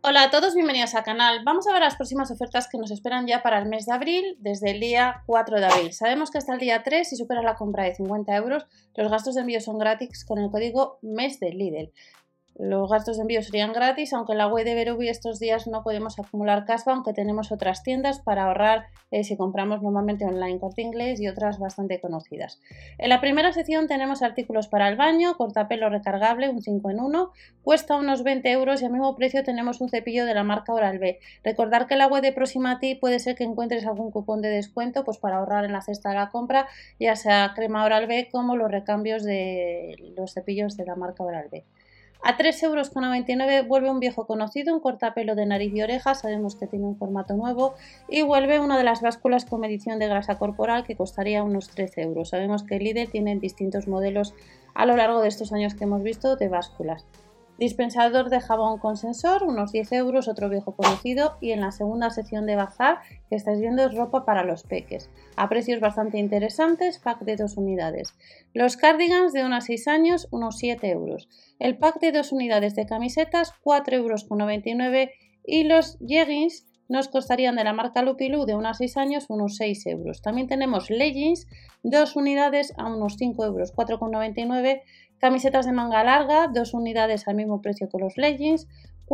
Hola a todos, bienvenidos al canal. Vamos a ver las próximas ofertas que nos esperan ya para el mes de abril, desde el día 4 de abril. Sabemos que hasta el día 3, si superas la compra de 50 euros, los gastos de envío son gratis con el código MES de Lidl. Los gastos de envío serían gratis, aunque en la web de Verubi estos días no podemos acumular cashback, aunque tenemos otras tiendas para ahorrar si compramos normalmente online, Corte Inglés y otras bastante conocidas. En la primera sección tenemos artículos para el baño, cortapelo recargable, un 5 en 1, cuesta unos 20 euros y al mismo precio tenemos un cepillo de la marca Oral-B. Recordar que en la web de Próxima a ti puede ser que encuentres algún cupón de descuento pues para ahorrar en la cesta de la compra, ya sea crema Oral-B como los recambios de los cepillos de la marca Oral-B. A 3,99 euros vuelve un viejo conocido, un cortapelo de nariz y oreja, sabemos que tiene un formato nuevo, y vuelve una de las básculas con medición de grasa corporal que costaría unos 13 euros. Sabemos que Lidl tiene distintos modelos a lo largo de estos años que hemos visto de básculas. Dispensador de jabón con sensor, unos 10 euros, otro viejo conocido. Y en la segunda sección de bazar que estáis viendo es ropa para los peques, a precios bastante interesantes, pack de 2 unidades. Los cardigans de 1 a 6 años, unos 7 euros. El pack de 2 unidades de camisetas, 4,99 euros. Y los jeggings nos costarían de la marca Lupilu de 1 a 6 años unos 6 euros. También tenemos leggings, 2 unidades a unos 5 euros, 4,99 euros. Camisetas de manga larga, 2 unidades al mismo precio que los leggings,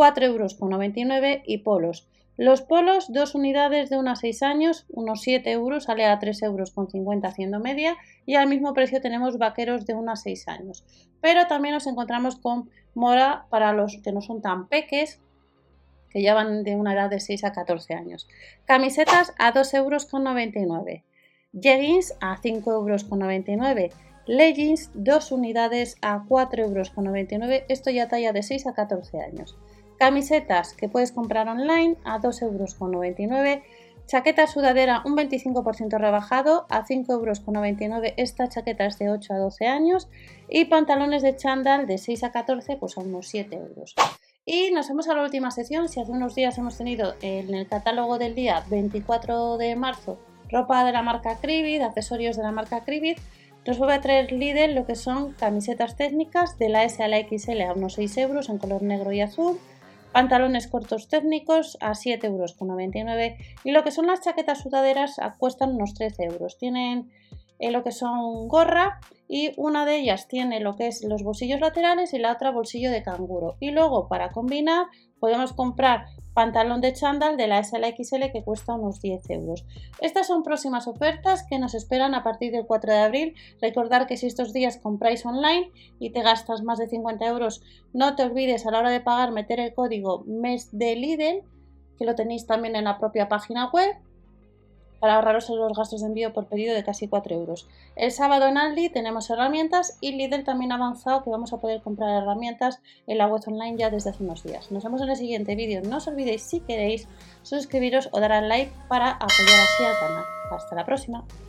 4,99 euros. Y polos. Los polos, 2 unidades de 1 a 6 años, unos 7 euros, sale a 3,50 euros haciendo media. Y al mismo precio tenemos vaqueros de 1 a 6 años. Pero también nos encontramos con mora para los que no son tan peques, que ya van de una edad de 6 a 14 años. Camisetas a 2,99 euros. Jeggings a 5,99 euros. Leggings, 2 unidades a 4,99 euros, esto ya talla de 6 a 14 años. Camisetas que puedes comprar online a 2,99 euros. Chaqueta sudadera un 25% rebajado a 5,99 euros, esta chaqueta es de 8 a 12 años. Y pantalones de chándal de 6 a 14 pues a unos 7 euros. Y nos vamos a la última sección. Si hace unos días hemos tenido en el catálogo del día 24 de marzo ropa de la marca Cribit, accesorios de la marca Cribit, nos vuelve a traer Lidl lo que son camisetas técnicas de la S a la XL a unos 6 euros en color negro y azul, pantalones cortos técnicos a 7,99 euros y lo que son las chaquetas sudaderas cuestan unos 13 euros. Tienen lo que son gorra y una de ellas tiene lo que es los bolsillos laterales y la otra bolsillo de canguro. Y luego para combinar podemos comprar pantalón de chándal de la S a la XL que cuesta unos 10 euros. Estas son próximas ofertas que nos esperan a partir del 4 de abril. Recordar que si estos días compráis online y te gastas más de 50 euros, no te olvides a la hora de pagar meter el código MES de Lidl, que lo tenéis también en la propia página web, para ahorraros los gastos de envío por pedido de casi 4 euros. El sábado en Aldi tenemos herramientas y Lidl también ha avanzado que vamos a poder comprar herramientas en la web online ya desde hace unos días. Nos vemos en el siguiente vídeo. No os olvidéis, si queréis, suscribiros o dar al like para apoyar así al canal. Hasta la próxima.